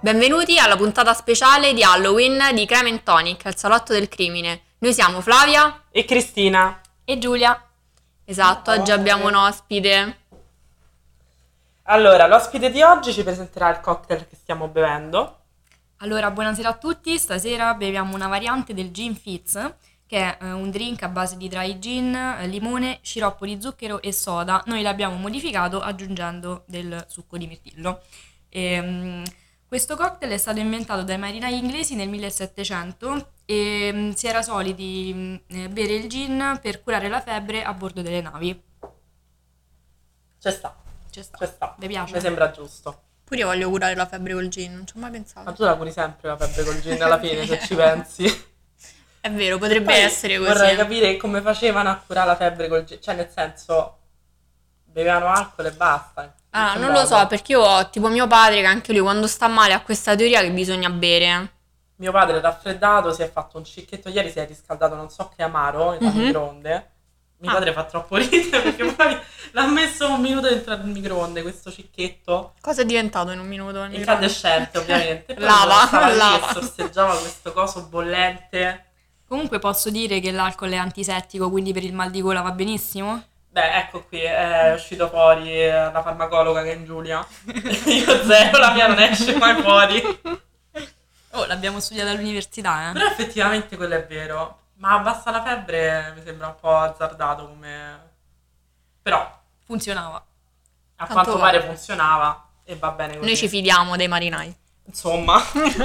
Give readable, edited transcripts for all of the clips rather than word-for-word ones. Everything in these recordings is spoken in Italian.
Benvenuti alla puntata speciale di Halloween di Crime and Tonic, il salotto del crimine. Noi siamo Flavia E Cristina. E Giulia. Esatto, oggi abbiamo un ospite. Allora, l'ospite di oggi ci presenterà il cocktail che stiamo bevendo. Allora, buonasera a tutti. Stasera beviamo una variante del Gin Fizz, che è un drink a base di dry gin, limone, sciroppo di zucchero e soda. Noi l'abbiamo modificato aggiungendo del succo di mirtillo. Questo cocktail è stato inventato dai marinai inglesi nel 1700 e si era soliti bere il gin per curare la febbre a bordo delle navi. Ci sta. Ci sta. Ci sta. Vi piace? Mi sembra giusto. Pure io voglio curare la febbre col gin, non ci ho mai Ma pensato. tu la curi sempre la febbre col gin alla fine, se ci pensi. È vero, potrebbe Poi essere così. Vorrei capire come facevano a curare la febbre col gin. Cioè, nel senso, bevevano alcol e basta. Ah, non lo so, perché io ho tipo mio padre che anche lui quando sta male ha questa teoria che bisogna bere. Mio padre è raffreddato, si è fatto un cicchetto ieri, si è riscaldato non so che amaro al microonde. Mio padre fa troppo ridere perché poi l'ha messo un minuto dentro al microonde questo cicchetto. Cosa è diventato in un minuto? Incandescente ovviamente. Poi Lava, stava lì lava. e sorseggiava questo coso bollente. Comunque posso dire che l'alcol è antisettico, quindi per il mal di gola va benissimo? Beh, ecco qui, è uscito fuori la farmacologa che è in Giulia. Io zero, la mia non esce mai fuori. Oh, l'abbiamo studiata all'università, Però effettivamente quello è vero. Ma abbassa la febbre mi sembra un po' azzardato come... Però Funzionava. a Tanto quanto vale. pare funzionava e va bene così. Noi ci fidiamo dei marinai. Insomma.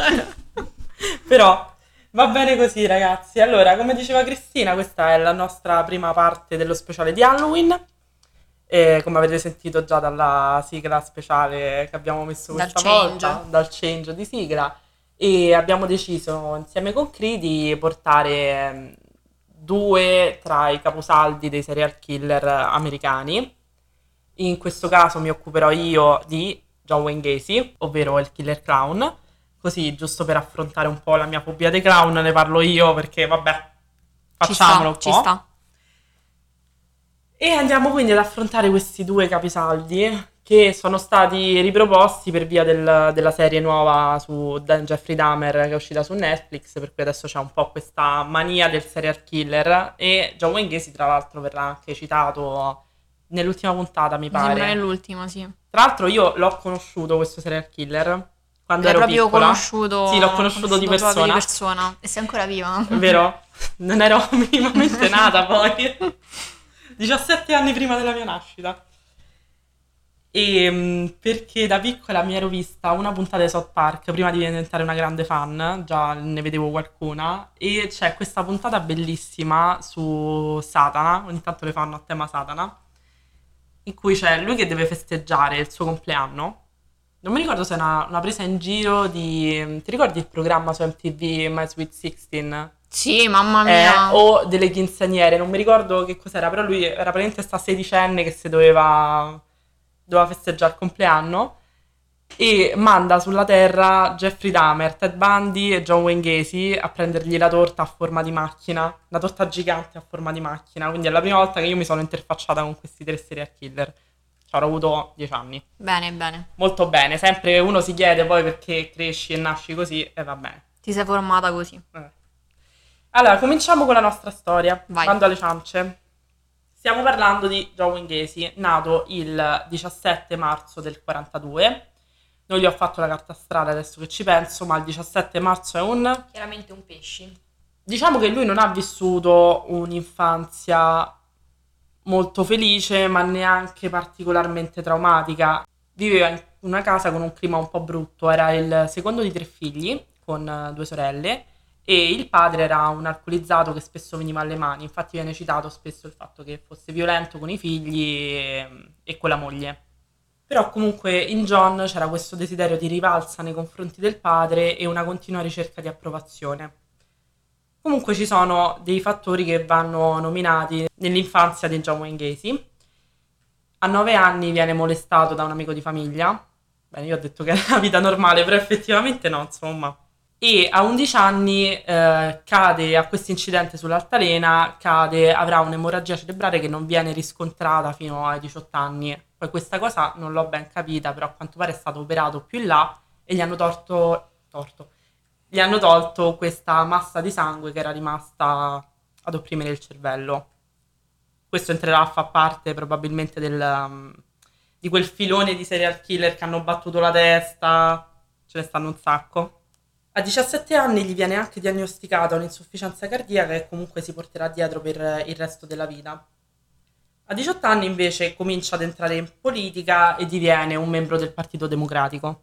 Però va bene così, ragazzi. Allora, come diceva Cristina, questa è la nostra prima parte dello speciale di Halloween. E come avete sentito già dalla sigla speciale che abbiamo messo Dal questa change. volta, dal change di sigla, e abbiamo deciso insieme con Cri di portare due tra i caposaldi dei serial killer americani. In questo caso mi occuperò io di John Wayne Gacy, ovvero il killer clown. Così, giusto per affrontare un po' la mia fobia dei clown, ne parlo io perché, vabbè, facciamolo un po'. Ci sta. E andiamo quindi ad affrontare questi due capisaldi che sono stati riproposti per via della serie nuova su Jeffrey Dahmer che è uscita su Netflix, per cui adesso c'è un po' questa mania del serial killer e John Wayne Gacy tra l'altro verrà anche citato nell'ultima puntata, mi Mi sembra pare. nell'ultima, sì. Tra l'altro io l'ho conosciuto questo serial killer quando L'hai ero proprio piccola. conosciuto. Sì, l'ho conosciuto di proprio persona. di persona. E sei ancora viva? È vero? Non ero minimamente nata poi. 17 anni prima della mia nascita. E perché da piccola mi ero vista una puntata di South Park prima di diventare una grande fan, già ne vedevo qualcuna, e c'è questa puntata bellissima su Satana, ogni tanto le fanno a tema Satana, in cui c'è lui che deve festeggiare il suo compleanno. Non mi ricordo se è una presa in giro di... Ti ricordi il programma su MTV My Sweet 16? Sì, mamma mia. O delle quinceañere, non mi ricordo che cos'era, però lui era praticamente sta sedicenne che si doveva festeggiare il compleanno e manda sulla terra Jeffrey Dahmer, Ted Bundy e John Wayne Gacy a prendergli la torta a forma di macchina, la torta gigante a forma di macchina, quindi è la prima volta che io mi sono interfacciata con questi tre serial killer. Ci avrò avuto 10 anni. Bene, bene. Molto bene, sempre uno si chiede poi perché cresci e nasci così e va bene. Ti sei formata così. Allora, cominciamo con la nostra storia. Vai. Bando alle ciance. Stiamo parlando di John Wayne Gacy, nato il 17 marzo del 42. Non gli ho fatto la carta strada adesso che ci penso, ma il 17 marzo è un... Chiaramente un pesci. Diciamo che lui non ha vissuto un'infanzia molto felice, ma neanche particolarmente traumatica. Viveva in una casa con un clima un po' brutto, era il secondo di 3 figli, con 2 sorelle, e il padre era un alcolizzato che spesso veniva alle mani, infatti viene citato spesso il fatto che fosse violento con i figli e con la moglie. Però comunque in John c'era questo desiderio di rivalsa nei confronti del padre e una continua ricerca di approvazione. Comunque ci sono dei fattori che vanno nominati nell'infanzia di John Wayne Gacy. A 9 anni viene molestato da un amico di famiglia. Bene, io ho detto che era una vita normale, però effettivamente no, insomma. E a 11 anni cade a questo incidente sull'altalena, avrà un'emorragia cerebrale che non viene riscontrata fino ai 18 anni. Poi questa cosa non l'ho ben capita, però a quanto pare è stato operato più in là e gli hanno gli hanno tolto questa massa di sangue che era rimasta ad opprimere il cervello. Questo entrerà a far parte probabilmente di quel filone di serial killer che hanno battuto la testa, ce ne stanno un sacco. A 17 anni gli viene anche diagnosticata un'insufficienza cardiaca che comunque si porterà dietro per il resto della vita. A 18 anni invece comincia ad entrare in politica e diviene un membro del Partito Democratico.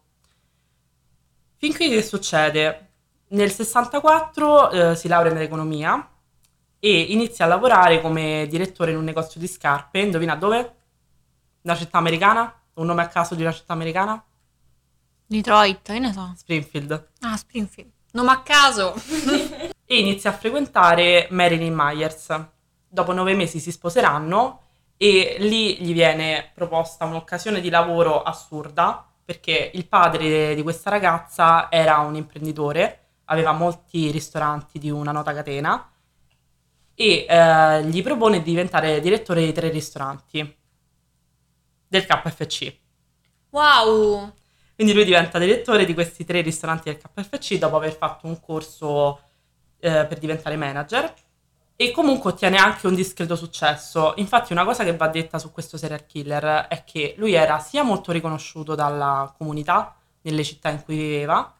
Fin qui che succede? Nel 64 si laurea in economia e inizia a lavorare come direttore in un negozio di scarpe. Indovina dove? Una città americana? Un nome a caso di una città americana? Detroit, che ne so. Springfield. Ah, Springfield. Nome a caso. E inizia a frequentare Marilyn Myers. Dopo 9 mesi si sposeranno e lì gli viene proposta un'occasione di lavoro assurda perché il padre di questa ragazza era un imprenditore, aveva molti ristoranti di una nota catena e gli propone di diventare direttore di 3 ristoranti del KFC. Wow. Quindi lui diventa direttore di questi 3 ristoranti del KFC dopo aver fatto un corso per diventare manager e comunque ottiene anche un discreto successo. Infatti una cosa che va detta su questo serial killer è che lui era sia molto riconosciuto dalla comunità nelle città in cui viveva,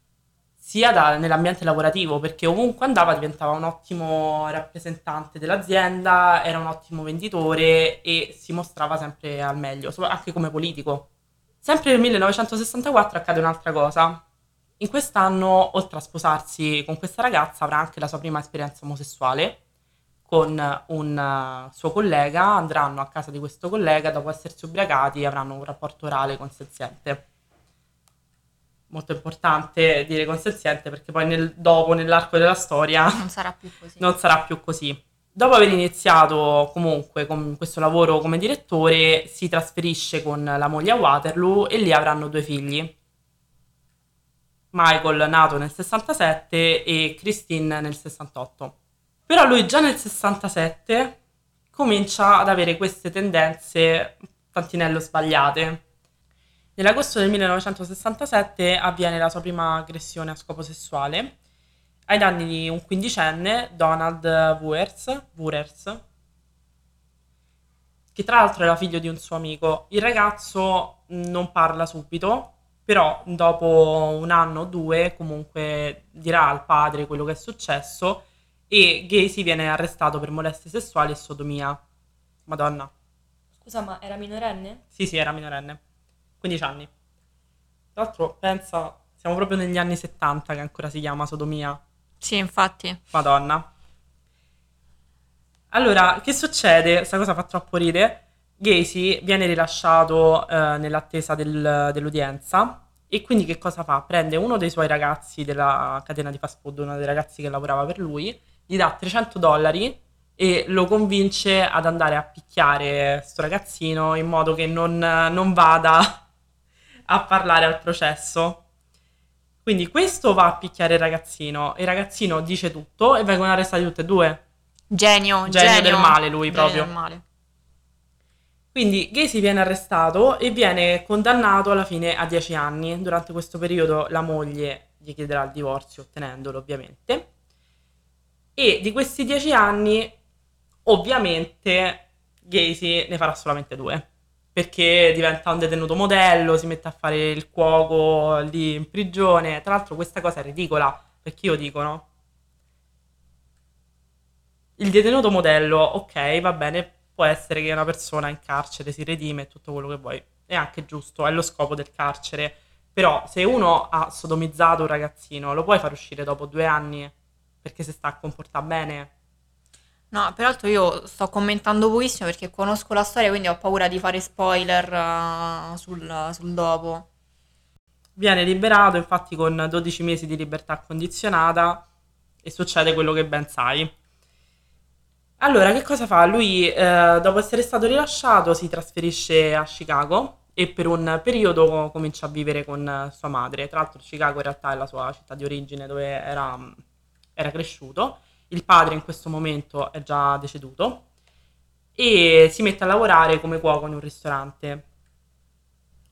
sia nell'ambiente lavorativo, perché ovunque andava diventava un ottimo rappresentante dell'azienda, era un ottimo venditore e si mostrava sempre al meglio, anche come politico. Sempre nel 1964 accade un'altra cosa. In quest'anno, oltre a sposarsi con questa ragazza, avrà anche la sua prima esperienza omosessuale con un suo collega. Andranno a casa di questo collega, dopo essersi ubriacati, avranno un rapporto orale consenziente. Molto importante dire consenziente perché poi nell'arco della storia Non sarà più così. non sarà più così. Dopo aver iniziato comunque con questo lavoro come direttore, si trasferisce con la moglie a Waterloo e lì avranno 2 figli. Michael, nato nel 67, e Christine nel 68. Però lui già nel 67 comincia ad avere queste tendenze un tantinello sbagliate. Nell'agosto del 1967 avviene la sua prima aggressione a scopo sessuale ai danni di un quindicenne, Donald Wurers, che tra l'altro era figlio di un suo amico. Il ragazzo non parla subito, però dopo un anno o 2 comunque dirà al padre quello che è successo e Gacy viene arrestato per molestie sessuali e sodomia. Madonna. Scusa, ma era minorenne? Sì, era minorenne. 15 anni. Tra l'altro, pensa, siamo proprio negli anni 70 che ancora si chiama sodomia. Sì, infatti. Madonna. Allora, che succede? Questa cosa fa troppo ridere. Gacy viene rilasciato nell'attesa dell'udienza e quindi che cosa fa? Prende uno dei suoi ragazzi della catena di fast food, uno dei ragazzi che lavorava per lui, gli dà $300 e lo convince ad andare a picchiare sto ragazzino in modo che non vada a parlare al processo. Quindi questo va a picchiare il ragazzino dice tutto e vengono arrestati tutti e 2. Genio Genio del male lui Genio proprio. del male. Quindi Gacy viene arrestato e viene condannato alla fine a 10 anni. Durante questo periodo la moglie gli chiederà il divorzio, ottenendolo ovviamente. E di questi 10 anni, ovviamente, Gacy ne farà solamente 2. Perché diventa un detenuto modello, si mette a fare il cuoco lì in prigione. Tra l'altro questa cosa è ridicola, perché io dico, no? Il detenuto modello, ok, va bene, può essere che una persona in carcere si redime e tutto quello che vuoi. È anche giusto, è lo scopo del carcere. Però se uno ha sodomizzato un ragazzino, lo puoi far uscire dopo 2 anni perché si sta a comportare bene? No, peraltro io sto commentando pochissimo perché conosco la storia, quindi ho paura di fare spoiler sul dopo. Viene liberato infatti con 12 mesi di libertà condizionata e succede quello che ben sai. Allora, che cosa fa? Lui, dopo essere stato rilasciato, si trasferisce a Chicago e per un periodo comincia a vivere con sua madre. Tra l'altro Chicago in realtà è la sua città di origine dove era cresciuto. Il padre in questo momento è già deceduto e si mette a lavorare come cuoco in un ristorante.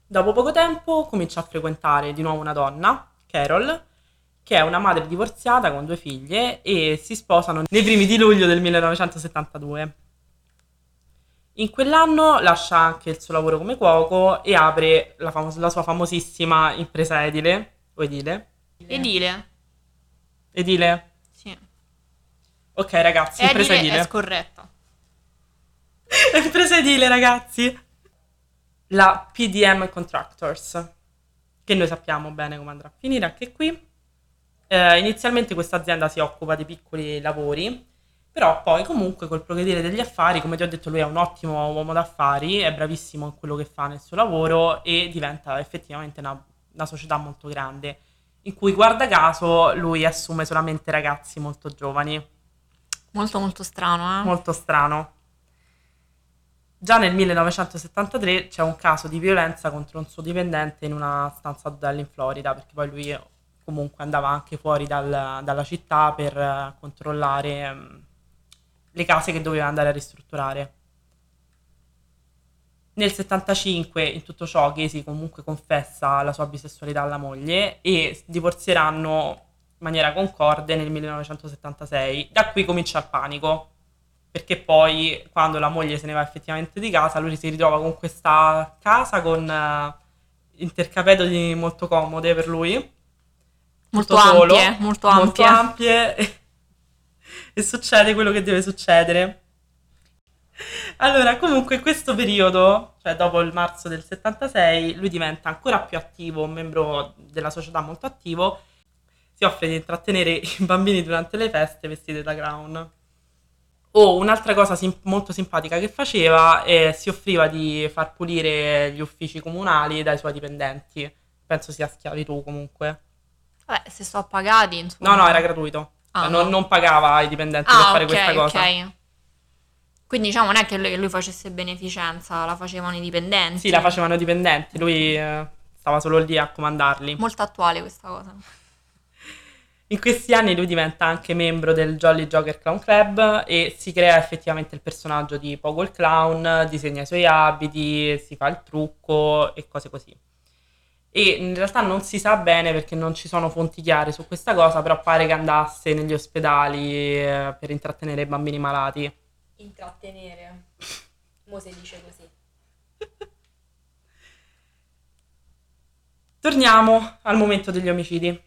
Dopo poco tempo comincia a frequentare di nuovo una donna, Carol, che è una madre divorziata con 2 figlie e si sposano nei primi di luglio del 1972. In quell'anno lascia anche il suo lavoro come cuoco e apre la sua famosissima impresa edile. Edile. Edile? Sì. Ok ragazzi, impresa Edile è edile. scorretta. Impresa edile ragazzi. La PDM Contractors, che noi sappiamo bene come andrà a finire anche qui. Inizialmente questa azienda si occupa di piccoli lavori, però poi comunque col progredire degli affari, come ti ho detto, lui è un ottimo uomo d'affari, è bravissimo in quello che fa nel suo lavoro e diventa effettivamente una società molto grande, in cui guarda caso lui assume solamente ragazzi molto giovani, Molto molto strano, eh? molto strano. Già nel 1973 c'è un caso di violenza contro un suo dipendente in una stanza d'hotel in Florida, perché poi lui comunque andava anche fuori dalla città per controllare le case che doveva andare a ristrutturare. Nel 75 in tutto ciò Gacy comunque confessa la sua bisessualità alla moglie e divorzieranno in maniera concorde nel 1976. Da qui comincia il panico, perché poi quando la moglie se ne va effettivamente di casa, lui si ritrova con questa casa con intercapedoni molto comode per lui, Molto tutto solo, ampie, molto molto ampie. ampie e succede quello che deve succedere. Allora, comunque in questo periodo, cioè dopo il marzo del 76, lui diventa ancora più attivo, un membro della società molto attivo, si offre di intrattenere i bambini durante le feste vestiti da clown. O un'altra cosa molto simpatica che faceva è si offriva di far pulire gli uffici comunali dai suoi dipendenti. Penso sia schiavitù comunque. Vabbè, se so pagati, insomma. No, era gratuito. Ah, Cioè, no. non pagava i dipendenti per fare questa cosa. Ok. Quindi diciamo non è che lui facesse beneficenza, la facevano i dipendenti. Sì, la facevano i dipendenti, lui stava solo lì a comandarli. Molto attuale questa cosa. In questi anni lui diventa anche membro del Jolly Joker Clown Club e si crea effettivamente il personaggio di Pogo il Clown, disegna i suoi abiti, si fa il trucco e cose così. E in realtà non si sa bene perché non ci sono fonti chiare su questa cosa, però pare che andasse negli ospedali per intrattenere i bambini malati. Intrattenere. Mo si dice così. Torniamo al momento degli omicidi.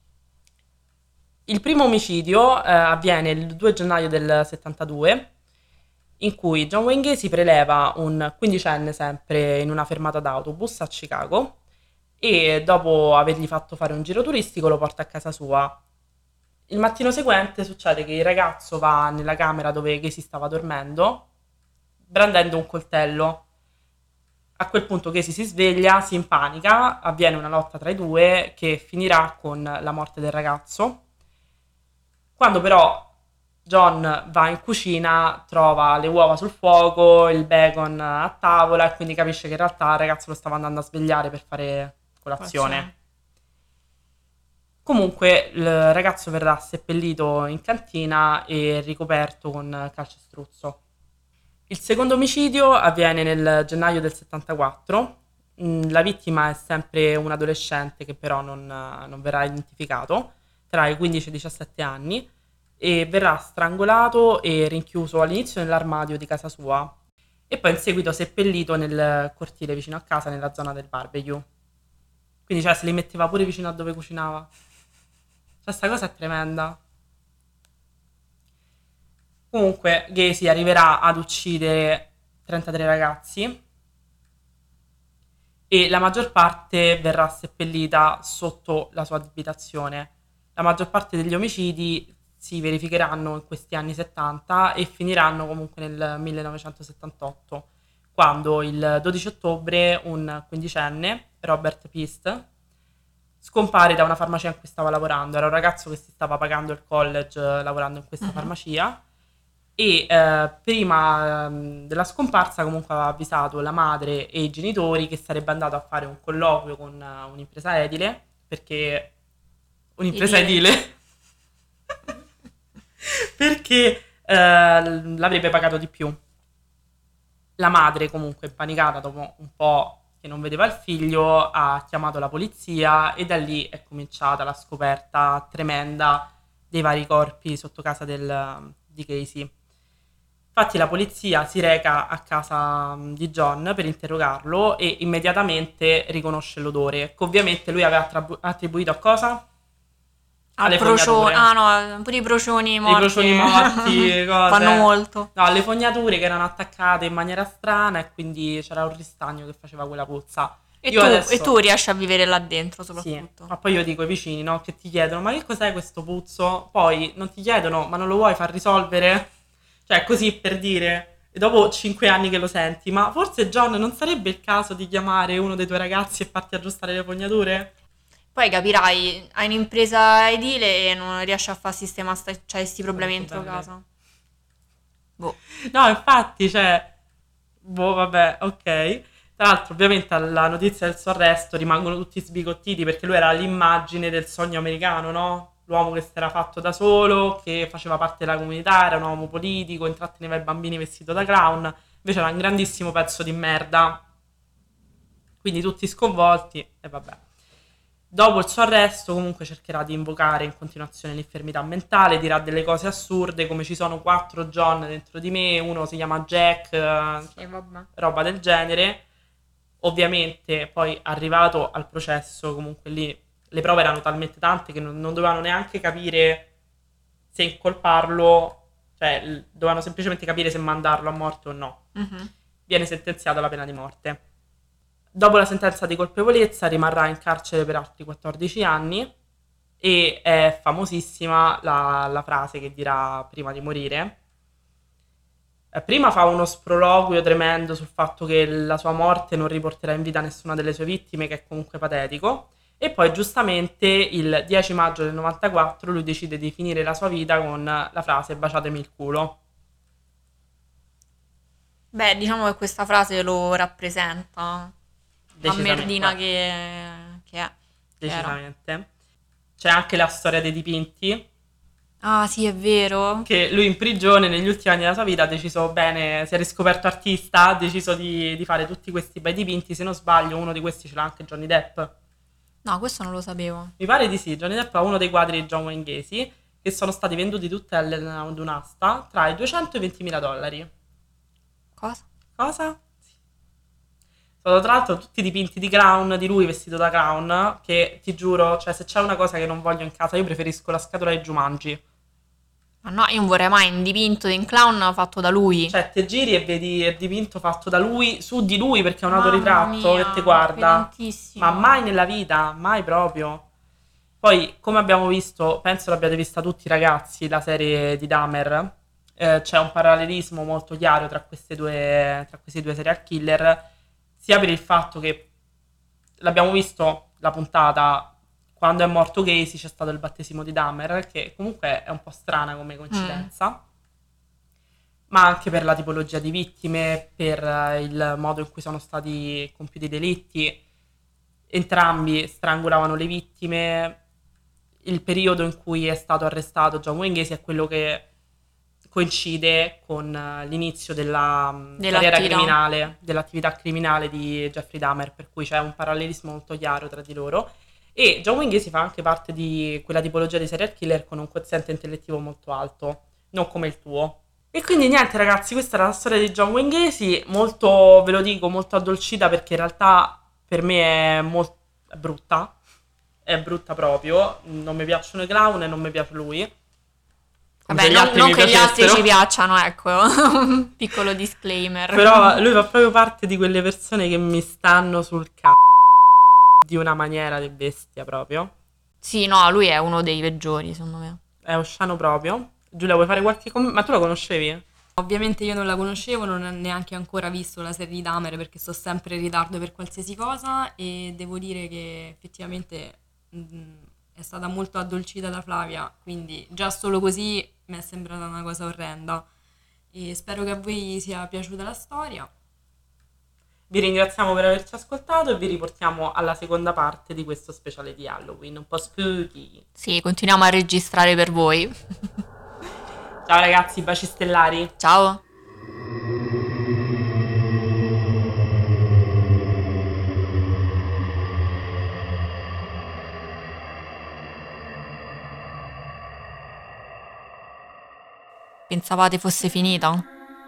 Il primo omicidio avviene il 2 gennaio del 72, in cui John Wayne Gacy preleva un quindicenne sempre in una fermata d'autobus a Chicago e dopo avergli fatto fare un giro turistico lo porta a casa sua. Il mattino seguente succede che il ragazzo va nella camera dove Gacy stava dormendo, brandendo un coltello. A quel punto Gacy si sveglia, si impanica, avviene una lotta tra i due che finirà con la morte del ragazzo. Quando però John va in cucina, trova le uova sul fuoco, il bacon a tavola e quindi capisce che in realtà il ragazzo lo stava andando a svegliare per fare colazione. Comunque il ragazzo verrà seppellito in cantina e ricoperto con calcestruzzo. Il secondo omicidio avviene nel gennaio del 74. La vittima è sempre un adolescente che però non verrà identificato, tra i 15 e i 17 anni, e verrà strangolato e rinchiuso all'inizio nell'armadio di casa sua e poi in seguito seppellito nel cortile vicino a casa nella zona del barbecue. Quindi cioè se li metteva pure vicino a dove cucinava. Cioè sta cosa è tremenda. Comunque Gacy arriverà ad uccidere 33 ragazzi e la maggior parte verrà seppellita sotto la sua abitazione. La maggior parte degli omicidi si verificheranno in questi anni 70 e finiranno comunque nel 1978, quando il 12 ottobre un quindicenne, Robert Pist, scompare da una farmacia in cui stava lavorando. Era un ragazzo che si stava pagando il college lavorando in questa farmacia e prima della scomparsa comunque aveva avvisato la madre e i genitori che sarebbe andato a fare un colloquio con un'impresa edile, perché un'impresa edile perché l'avrebbe pagato di più. La madre comunque impanicata dopo un po' che non vedeva il figlio, ha chiamato la polizia e da lì è cominciata la scoperta tremenda dei vari corpi sotto casa di Casey. Infatti la polizia si reca a casa di John per interrogarlo e immediatamente riconosce l'odore, che ovviamente lui aveva attribuito a cosa? Alle fognature. No, pure i procioni morti. I procioni morti, cose. Fanno molto. No, le fognature che erano attaccate in maniera strana e quindi c'era un ristagno che faceva quella puzza. E tu riesci a vivere là dentro Sì, soprattutto. ma poi io dico ai vicini, no, che ti chiedono, ma che cos'è questo puzzo? Poi non ti chiedono, ma non lo vuoi far risolvere? Cioè, così per dire, e dopo 5 anni che lo senti, ma forse John non sarebbe il caso di chiamare uno dei tuoi ragazzi e farti aggiustare le fognature? Poi capirai, hai un'impresa edile e non riesci a far sistema sti problemi Molto dentro bene. casa. Boh. No, infatti, cioè, boh, vabbè, ok. Tra l'altro, ovviamente, alla notizia del suo arresto rimangono tutti sbigottiti perché lui era l'immagine del sogno americano, no? L'uomo che si era fatto da solo, che faceva parte della comunità, era un uomo politico, intratteneva i bambini vestito da clown. Invece era un grandissimo pezzo di merda. Quindi tutti sconvolti e vabbè. Dopo il suo arresto comunque cercherà di invocare in continuazione l'infermità mentale, dirà delle cose assurde come ci sono 4 John dentro di me, uno si chiama Jack, Sì, vabbè. roba del genere. Ovviamente poi arrivato al processo comunque lì le prove erano talmente tante che non dovevano neanche capire se incolparlo, cioè dovevano semplicemente capire se mandarlo a morte o no. Mhm. Viene sentenziato alla pena di morte. Dopo la sentenza di colpevolezza rimarrà in carcere per altri 14 anni e è famosissima la frase che dirà prima di morire. Prima fa uno sproloquio tremendo sul fatto che la sua morte non riporterà in vita nessuna delle sue vittime, che è comunque patetico, e poi giustamente il 10 maggio del 94 lui decide di finire la sua vita con la frase "baciatemi il culo". Beh, diciamo che questa frase lo rappresenta. La Decisamente. merdina che è. Che era. Decisamente. C'è anche la storia dei dipinti, Ah, sì, è vero. che lui in prigione negli ultimi anni della sua vita ha deciso bene, si è riscoperto artista, ha deciso di fare tutti questi bei dipinti, se non sbaglio uno di questi ce l'ha anche Johnny Depp. No, questo non lo sapevo. Mi pare di sì, Johnny Depp ha uno dei quadri di John Wayne Gacy che sono stati venduti tutti ad un'asta tra i 200 e i 20.000 dollari. Cosa? Cosa? Sì. Sono tra l'altro tutti dipinti di clown, di lui vestito da clown, che ti giuro, cioè se c'è una cosa che non voglio in casa, io preferisco la scatola di Jumanji. Ma no, io non vorrei mai un dipinto di un clown fatto da lui. Cioè te giri e vedi il dipinto fatto da lui, su di lui, perché è un Mamma autoritratto mia, che ti guarda. pesantissimo. Ma mai nella vita, mai proprio. Poi, come abbiamo visto, penso l'abbiate vista tutti ragazzi, la serie di Dahmer, c'è un parallelismo molto chiaro tra questi due serial killer, sia per il fatto che l'abbiamo visto la puntata quando è morto Casey, c'è stato il battesimo di Dahmer, che comunque è un po' strana come coincidenza, ma anche per la tipologia di vittime, per il modo in cui sono stati compiuti i delitti. Entrambi strangolavano le vittime. Il periodo in cui è stato arrestato John Wayne Gacy è quello che coincide con l'inizio della carriera criminale, dell'attività criminale di Jeffrey Dahmer, per cui c'è un parallelismo molto chiaro tra di loro. E John Wayne Gacy fa anche parte di quella tipologia di serial killer con un quoziente intellettivo molto alto, non come il tuo. E quindi niente ragazzi, questa era la storia di John Wayne Gacy, molto, ve lo dico, molto addolcita perché in realtà per me è brutta. È brutta proprio, non mi piacciono i clown e non mi piace lui. Come Vabbè, se gli altri non mi che gli altri piacessero. ci piacciono, ecco. Piccolo disclaimer. Però lui fa proprio parte di quelle persone che mi stanno sul c***o di una maniera di bestia proprio. Sì, no, lui è uno dei peggiori, secondo me. È osceno proprio. Giulia, vuoi fare qualche commento? Ma tu la conoscevi? Ovviamente io non la conoscevo, non ho neanche ancora visto la serie di Dahmer perché sto sempre in ritardo per qualsiasi cosa e devo dire che effettivamente è stata molto addolcita da Flavia, quindi già solo così mi è sembrata una cosa orrenda e spero che a voi sia piaciuta la storia. Vi ringraziamo per averci ascoltato e vi riportiamo alla seconda parte di questo speciale di Halloween, un po' spooky. Sì, continuiamo a registrare per voi. Ciao ragazzi, baci stellari. Ciao. pensavate fosse finita?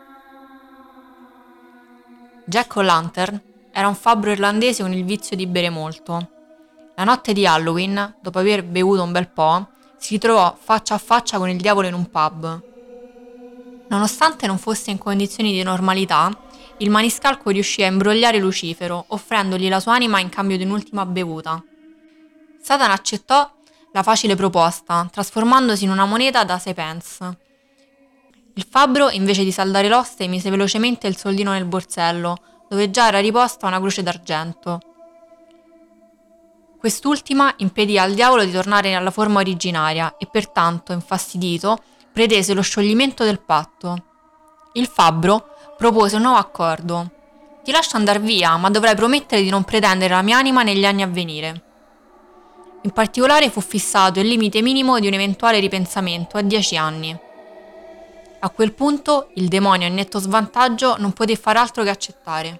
Jack O'Lantern era un fabbro irlandese con il vizio di bere molto. La notte di Halloween, dopo aver bevuto un bel po', si ritrovò faccia a faccia con il diavolo in un pub. Nonostante non fosse in condizioni di normalità, il maniscalco riuscì a imbrogliare Lucifero, offrendogli la sua anima in cambio di un'ultima bevuta. Satana accettò la facile proposta, trasformandosi in una moneta da 6 pence. Il fabbro, invece di saldare l'oste, mise velocemente il soldino nel borsello, dove già era riposta una croce d'argento. Quest'ultima impedì al diavolo di tornare nella forma originaria e pertanto, infastidito, pretese lo scioglimento del patto. Il fabbro propose un nuovo accordo. Ti lascio andar via, ma dovrai promettere di non pretendere la mia anima negli anni a venire. In particolare fu fissato il limite minimo di un eventuale ripensamento a 10 anni. A quel punto il demonio in netto svantaggio non poté far altro che accettare.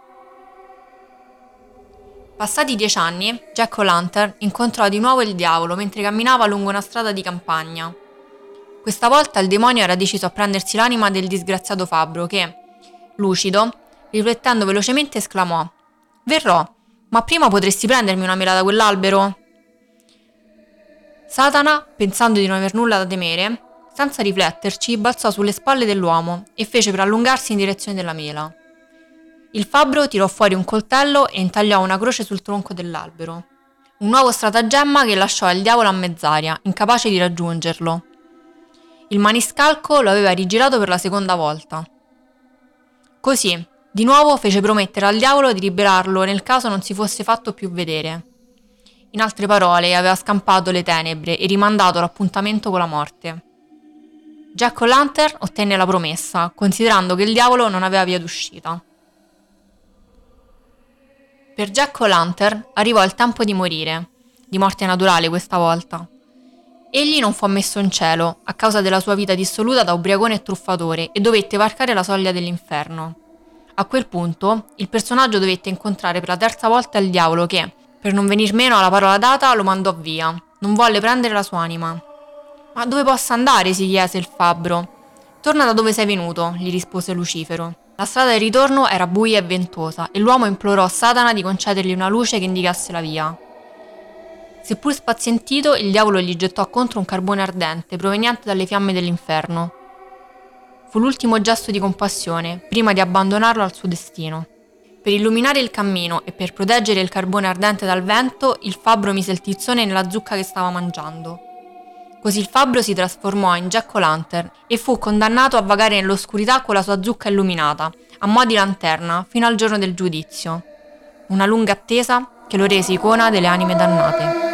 Passati 10 anni, Jack O'Lantern incontrò di nuovo il diavolo mentre camminava lungo una strada di campagna. Questa volta il demonio era deciso a prendersi l'anima del disgraziato fabbro che, lucido, riflettendo velocemente esclamò: «Verrò, ma prima potresti prendermi una mela da quell'albero?» Satana, pensando di non aver nulla da temere, senza rifletterci, balzò sulle spalle dell'uomo e fece per allungarsi in direzione della mela. Il fabbro tirò fuori un coltello e intagliò una croce sul tronco dell'albero. Un nuovo stratagemma che lasciò il diavolo a mezz'aria, incapace di raggiungerlo. Il maniscalco lo aveva rigirato per la seconda volta. Così, di nuovo fece promettere al diavolo di liberarlo nel caso non si fosse fatto più vedere. In altre parole, aveva scampato le tenebre e rimandato l'appuntamento con la morte. Jack O'Lantern ottenne la promessa, considerando che il diavolo non aveva via d'uscita. Per Jack O'Lantern arrivò il tempo di morire, di morte naturale questa volta. Egli non fu ammesso in cielo, a causa della sua vita dissoluta da ubriacone e truffatore, e dovette varcare la soglia dell'inferno. A quel punto, il personaggio dovette incontrare per la terza volta il diavolo che, per non venir meno alla parola data, lo mandò via. Non volle prendere la sua anima. «Ma dove possa andare?» si chiese il fabbro. «Torna da dove sei venuto», gli rispose Lucifero. La strada del ritorno era buia e ventosa e l'uomo implorò Satana di concedergli una luce che indicasse la via. Seppur spazientito, il diavolo gli gettò contro un carbone ardente proveniente dalle fiamme dell'inferno. Fu l'ultimo gesto di compassione, prima di abbandonarlo al suo destino. Per illuminare il cammino e per proteggere il carbone ardente dal vento, il fabbro mise il tizzone nella zucca che stava mangiando. Così il fabbro si trasformò in Jack O'Lantern e fu condannato a vagare nell'oscurità con la sua zucca illuminata, a mo' di lanterna, fino al giorno del giudizio. Una lunga attesa che lo rese icona delle anime dannate.